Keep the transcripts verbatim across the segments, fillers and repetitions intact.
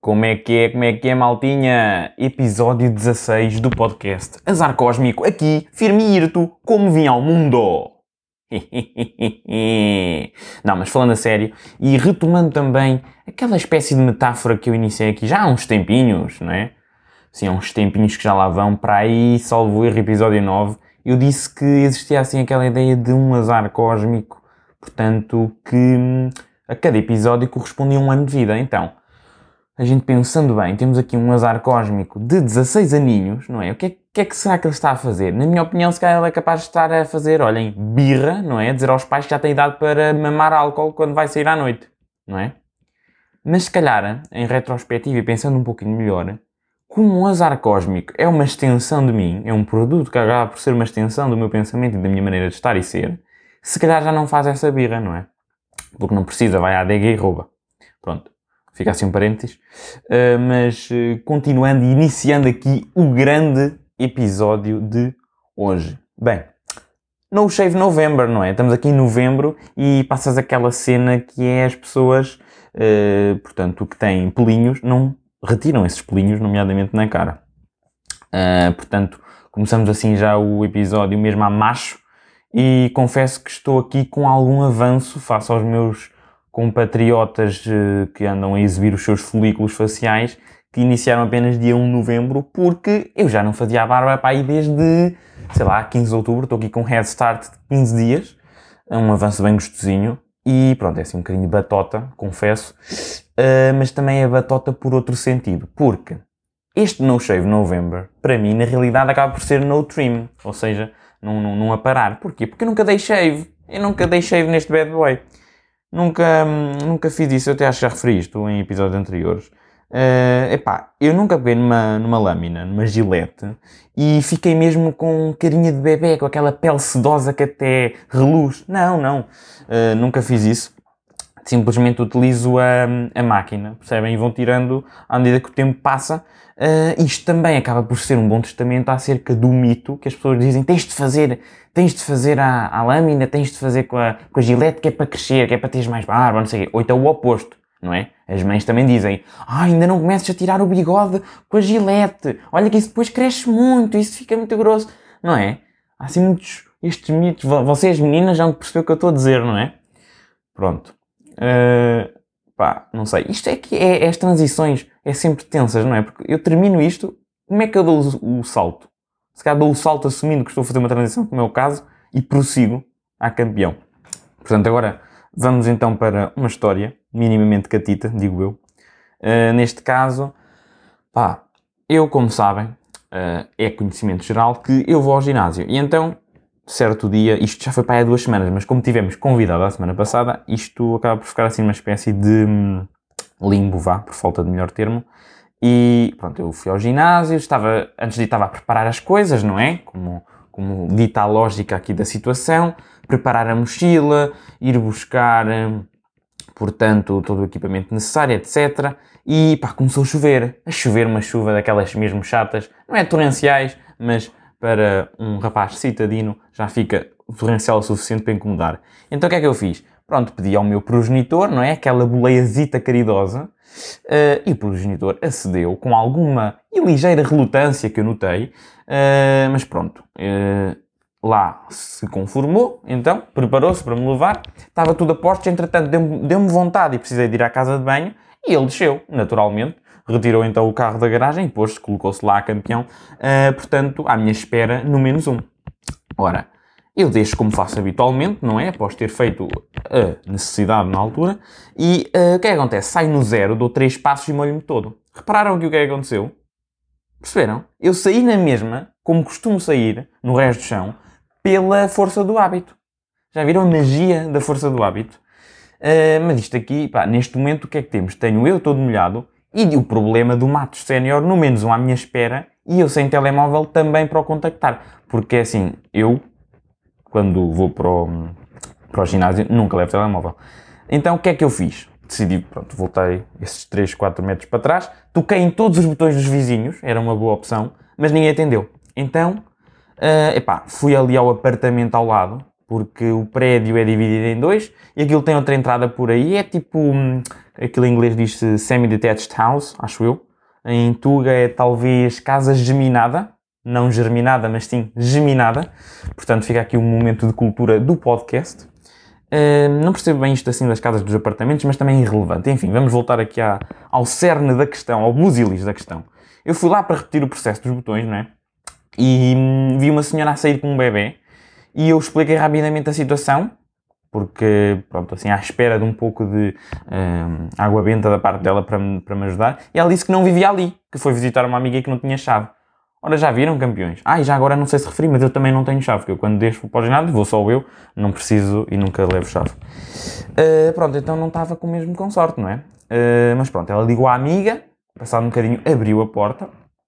Como é que é, como é que é, maltinha? Episódio dezasseis do podcast Azar Cósmico, aqui, firme e irto, como vim ao mundo. Não, mas falando a sério, e retomando também aquela espécie de metáfora que eu iniciei aqui já há uns tempinhos, não é? Sim, há uns tempinhos que já lá vão, para aí, salvo erro, episódio nove, eu disse que existia assim aquela ideia de um azar cósmico, portanto, que a cada episódio correspondia a um ano de vida. Então, a gente pensando bem, temos aqui um azar cósmico de dezasseis aninhos, não é? O que é, que é que será que ele está a fazer? Na minha opinião, se calhar ele é capaz de estar a fazer, olhem, birra, não é? Dizer aos pais que já tem idade para mamar álcool quando vai sair à noite, não é? Mas se calhar, em retrospectiva e pensando um pouquinho melhor, como um azar cósmico é uma extensão de mim, é um produto que acaba por ser uma extensão do meu pensamento e da minha maneira de estar e ser, se calhar já não faz essa birra, não é? Porque não precisa, vai à adega e rouba. Pronto. Fica assim um parênteses. Uh, mas uh, continuando e iniciando aqui o grande episódio de hoje. Bem, No Shave November, não é? Estamos aqui em novembro e passas aquela cena que é as pessoas, uh, portanto, que têm pelinhos, não retiram esses pelinhos, nomeadamente na cara. Uh, portanto, começamos assim já o episódio mesmo a macho e confesso que estou aqui com algum avanço face aos meus compatriotas uh, que andam a exibir os seus folículos faciais, que iniciaram apenas dia um de novembro, porque eu já não fazia a barba para aí desde, sei lá, quinze de outubro, estou aqui com um head start de quinze dias, um avanço bem gostosinho, e pronto, é assim um bocadinho de batota, confesso, uh, mas também é batota por outro sentido, porque este No Shave November, para mim, na realidade acaba por ser no trim, ou seja, não, não, não a parar. Porquê? Porque eu nunca dei shave, eu nunca dei shave neste bad boy. Nunca, nunca fiz isso, eu até acho que já referi isto em episódios anteriores. Uh, epá, eu nunca peguei numa, numa lâmina, numa gilete, e fiquei mesmo com carinha de bebê, com aquela pele sedosa que até reluz. Não, não, uh, nunca fiz isso. Simplesmente utilizo a, a máquina, percebem? E vão tirando à medida que o tempo passa. Uh, isto também acaba por ser um bom testamento acerca do mito que as pessoas dizem: tens de fazer, tens de fazer à, à lâmina, tens de fazer com a, com a gilete, que é para crescer, que é para teres mais barba, não sei o quê. Ou então o oposto, não é? As mães também dizem: ah, ainda não comeces a tirar o bigode com a gilete, olha que isso depois cresce muito, isso fica muito grosso, não é? Há assim muitos, estes mitos, vocês meninas já me percebeu o que eu estou a dizer, não é? Pronto. Uh, pá, não sei. Isto é que é, é as transições é sempre tensas, não é? Porque eu termino isto, como é que eu dou o, o salto? Se calhar dou o salto assumindo que estou a fazer uma transição, como é o caso, e prossigo a campeão. Portanto, agora vamos então para uma história minimamente catita, digo eu. Uh, neste caso, pá, eu, como sabem, uh, é conhecimento geral que eu vou ao ginásio. E então, certo dia, isto já foi para aí há duas semanas, mas como tivemos convidado a semana passada, isto acaba por ficar assim uma espécie de hum, limbo, vá, por falta de melhor termo. E pronto, eu fui ao ginásio, estava, antes de ir estava a preparar as coisas, não é? Como, como dita a lógica aqui da situação, preparar a mochila, ir buscar, hum, portanto, todo o equipamento necessário, etcétera. E pá, começou a chover, a chover uma chuva daquelas mesmo chatas, não é torrenciais, mas para um rapaz citadino já fica torrencial o suficiente para incomodar. Então o que é que eu fiz? Pronto, pedi ao meu progenitor, não é? Aquela boleiazita caridosa, uh, e o progenitor acedeu com alguma e ligeira relutância que eu notei, uh, mas pronto, uh, lá se conformou, então, preparou-se para me levar, estava tudo a postos, entretanto deu-me, deu-me vontade e precisei de ir à casa de banho, e ele desceu, naturalmente. Retirou então o carro da garagem, pôs-se, colocou-se lá a campeão, uh, portanto, à minha espera, no menos um. Ora, eu deixo como faço habitualmente, não é? Após ter feito a necessidade na altura, e uh, o que é que acontece? Saio no zero, dou três passos e molho-me todo. Repararam que o que é que aconteceu? Perceberam? Eu saí na mesma, como costumo sair, no resto do chão, pela força do hábito. Já viram a magia da força do hábito? Uh, mas isto aqui, pá, neste momento o que é que temos? Tenho eu todo molhado, e o problema do Matos Sénior, no menos um à minha espera, e eu sem telemóvel também para o contactar. Porque assim, eu, quando vou para o, para o ginásio, nunca levo telemóvel. Então o que é que eu fiz? Decidi, pronto, voltei esses três, quatro metros para trás, toquei em todos os botões dos vizinhos, era uma boa opção, mas ninguém atendeu. Então, uh, epá, fui ali ao apartamento ao lado, porque o prédio é dividido em dois e aquilo tem outra entrada por aí. É tipo, hum, aquilo em inglês diz-se semi-detached house, acho eu. Em Tuga é talvez casa geminada, não germinada, mas sim geminada. Portanto, fica aqui um momento de cultura do podcast. Uh, não percebo bem isto assim das casas dos apartamentos, mas também é irrelevante. Enfim, vamos voltar aqui à, ao cerne da questão, ao busilis da questão. Eu fui lá para repetir o processo dos botões, não é? E hum, vi uma senhora a sair com um bebê e eu expliquei rapidamente a situação, porque, pronto, assim, à espera de um pouco de hum, água benta da parte dela para me, para me ajudar. E ela disse que não vivia ali, que foi visitar uma amiga que não tinha chave. Ora, já viram, campeões? Ah, e já agora não sei se referi, mas eu também não tenho chave, porque eu quando deixo para o ginásio vou só eu, não preciso e nunca levo chave. Uh, pronto, então não estava com o mesmo com sorte, não é? Uh, mas pronto, ela ligou à amiga, passado um bocadinho abriu a porta.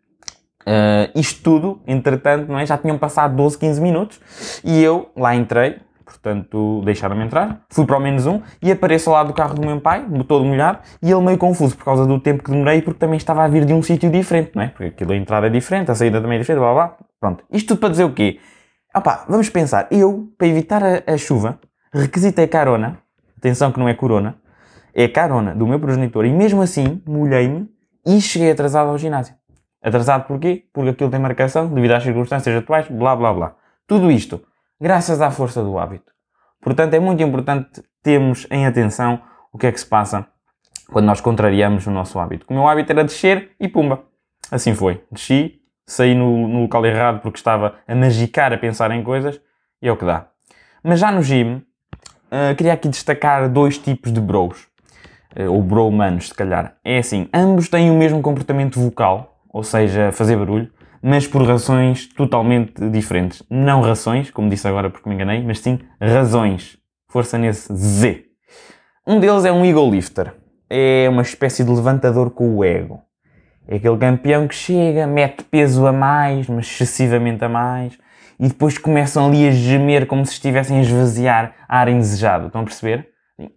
Uh, isto tudo, entretanto, não é? Já tinham passado doze, quinze minutos e eu lá entrei, portanto deixaram-me entrar, fui para o menos um e apareço ao lado do carro do meu pai, todo molhado, e ele meio confuso por causa do tempo que demorei, porque também estava a vir de um sítio diferente, não é? Porque aquilo, a entrada é diferente, a saída também é diferente, blá blá. Pronto, isto tudo para dizer o quê? Opá, vamos pensar, eu, para evitar a, a chuva, requisitei carona, atenção que não é corona, é carona do meu progenitor, e mesmo assim molhei-me e cheguei atrasado ao ginásio. Atrasado porquê? Porque aquilo tem marcação, devido às circunstâncias atuais, blá blá blá. Tudo isto, graças à força do hábito. Portanto, é muito importante termos em atenção o que é que se passa quando nós contrariamos o nosso hábito. O meu hábito era descer e pumba. Assim foi. Desci, saí no, no local errado porque estava a magicar, a pensar em coisas, e é o que dá. Mas já no gym, uh, queria aqui destacar dois tipos de bros. Uh, ou bro-manos, se calhar. É assim, ambos têm o mesmo comportamento vocal, ou seja, fazer barulho, mas por razões totalmente diferentes. Não rações, como disse agora porque me enganei, mas sim razões. Força nesse Z. Um deles é um ego lifter. É uma espécie de levantador com o ego. É aquele campeão que chega, mete peso a mais, mas excessivamente a mais, e depois começam ali a gemer como se estivessem a esvaziar ar indesejado. Estão a perceber?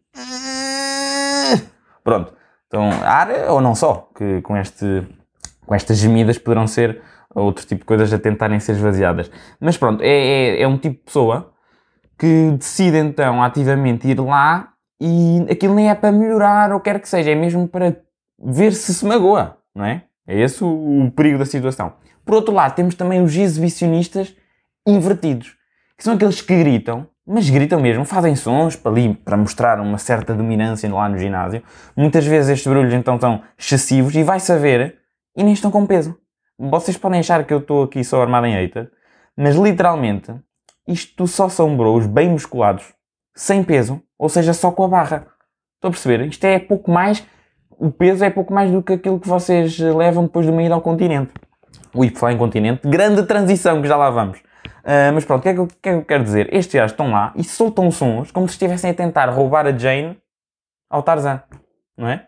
Pronto. Então, ar ou não só, que com este... com estas gemidas poderão ser outro tipo de coisas a tentarem ser esvaziadas. Mas pronto, é, é, é um tipo de pessoa que decide então ativamente ir lá e aquilo nem é para melhorar ou quer que seja, é mesmo para ver se se magoa, não é? É esse o, o perigo da situação. Por outro lado, temos também os exibicionistas invertidos, que são aqueles que gritam, mas gritam mesmo, fazem sons para ali, para mostrar uma certa dominância lá no ginásio. Muitas vezes estes barulhos então são excessivos e vai saber... e nem estão com peso. Vocês podem achar que eu estou aqui só armado em hater, mas literalmente isto só são bros bem musculados, sem peso, ou seja, só com a barra. Estão a perceber? Isto é pouco mais, o peso é pouco mais do que aquilo que vocês levam depois de uma ida ao continente. Ui, por falar em continente, grande transição que já lá vamos. Uh, mas pronto, o que, é que, eu, que é que eu quero dizer? Estes gajos estão lá e soltam sons como se estivessem a tentar roubar a Jane ao Tarzan, não é?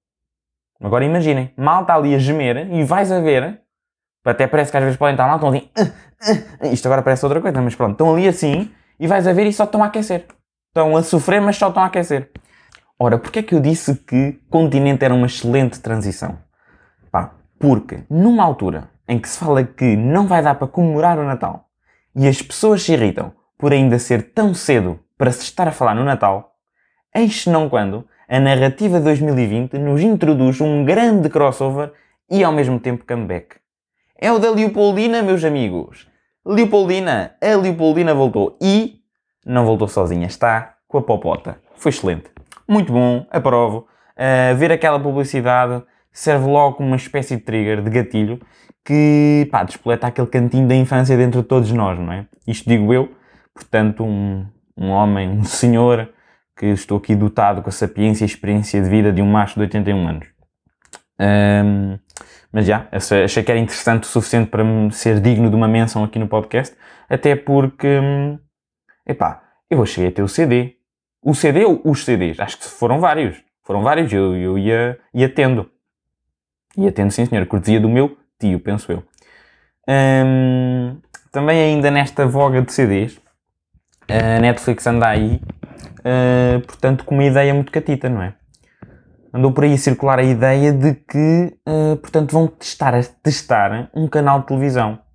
Agora imaginem, mal está ali a gemer e vais a ver, até parece que às vezes podem estar mal, estão ali, uh, uh, isto agora parece outra coisa, mas pronto, estão ali assim e vais a ver e só estão a aquecer. Estão a sofrer, mas só estão a aquecer. Ora, porquê é que eu disse que continente era uma excelente transição? Pá, porque numa altura em que se fala que não vai dar para comemorar o Natal e as pessoas se irritam por ainda ser tão cedo para se estar a falar no Natal, eis não quando a narrativa dois mil e vinte nos introduz um grande crossover e ao mesmo tempo comeback. É o da Leopoldina, meus amigos. Leopoldina, a Leopoldina voltou e não voltou sozinha, está com a popota. Foi excelente. Muito bom, aprovo. Uh, ver aquela publicidade serve logo como uma espécie de trigger, de gatilho, que, pá, despoleta aquele cantinho da infância dentro de todos nós, não é? Isto digo eu, portanto, um, um homem, um senhor, que estou aqui dotado com a sapiência e experiência de vida de um macho de oitenta e um anos. Um, mas já, achei que era interessante o suficiente para me ser digno de uma menção aqui no podcast, até porque, epá, eu cheguei a ter o C D. O C D ou os C Ds? Acho que foram vários. Foram vários, eu, eu ia, ia tendo. Ia tendo, sim senhor, cortesia do meu tio, penso eu. Um, também ainda nesta voga de C Ds, a Netflix anda aí, uh, portanto, com uma ideia muito catita, não é? Andou por aí a circular a ideia de que, uh, portanto, vão testar, testar um canal de televisão.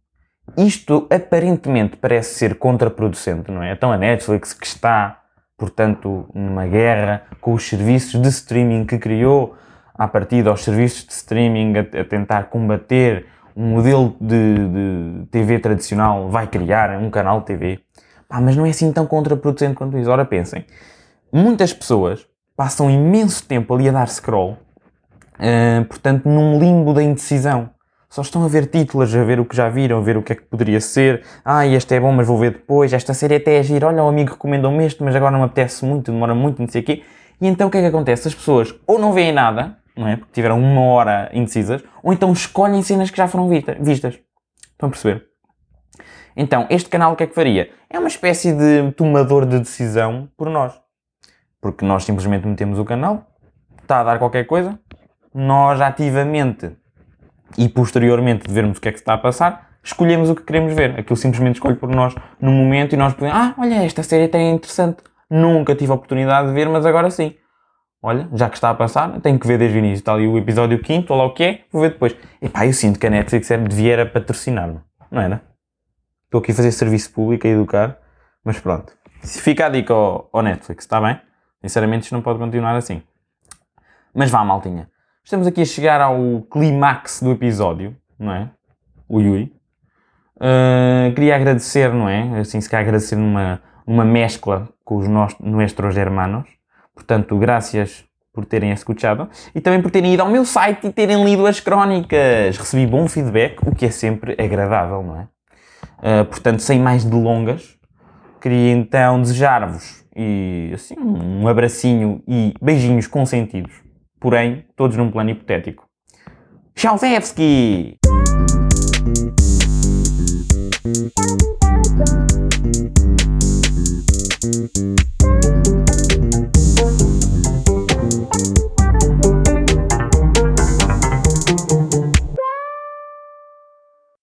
isto aparentemente parece ser contraproducente, não é? Então a Netflix, que está, portanto, numa guerra com os serviços de streaming que criou, à partida aos serviços de streaming a, a tentar combater um modelo de, de T V tradicional, vai criar um canal de T V. Pá, mas não é assim tão contraproducente quanto isso. Ora, pensem, muitas pessoas passam imenso tempo ali a dar scroll, uh, portanto, num limbo da indecisão. Só estão a ver títulos, a ver o que já viram, a ver o que é que poderia ser. Ah, este é bom, mas vou ver depois. Esta série até é gira. Olha, o amigo recomendou-me este, mas agora não me apetece muito, demora muito, não sei o quê. E então o que é que acontece? As pessoas ou não veem nada, não é? Porque tiveram uma hora indecisas, ou então escolhem cenas que já foram vistas. Estão a perceber? Então, este canal o que é que faria? É uma espécie de tomador de decisão por nós. Porque nós simplesmente metemos o canal, está a dar qualquer coisa, nós ativamente e posteriormente de vermos o que é que se está a passar, escolhemos o que queremos ver. Aquilo simplesmente escolhe por nós no momento e nós podemos, ah, olha, esta série até é interessante. Nunca tive a oportunidade de ver, mas agora sim. Olha, já que está a passar, tenho que ver desde o início. Está ali o episódio quinto, olha lá o que é, vou ver depois. Epá, eu sinto que a Netflix devia era patrocinar-me, não era? Estou aqui a fazer serviço público, a educar, mas pronto. Se fica a dica ao, ao Netflix, está bem? Sinceramente isto não pode continuar assim. Mas vá, maltinha. Estamos aqui a chegar ao clímax do episódio, não é? Ui, ui. Uh, queria agradecer, não é? Assim, se calhar agradecer numa, numa mescla com os nossos hermanos. Portanto, graças por terem escutado e também por terem ido ao meu site e terem lido as crónicas. Recebi bom feedback, o que é sempre agradável, não é? Uh, portanto, sem mais delongas, queria então desejar-vos e, assim, um abracinho e beijinhos consentidos. Porém, todos num plano hipotético. Tchauzewski!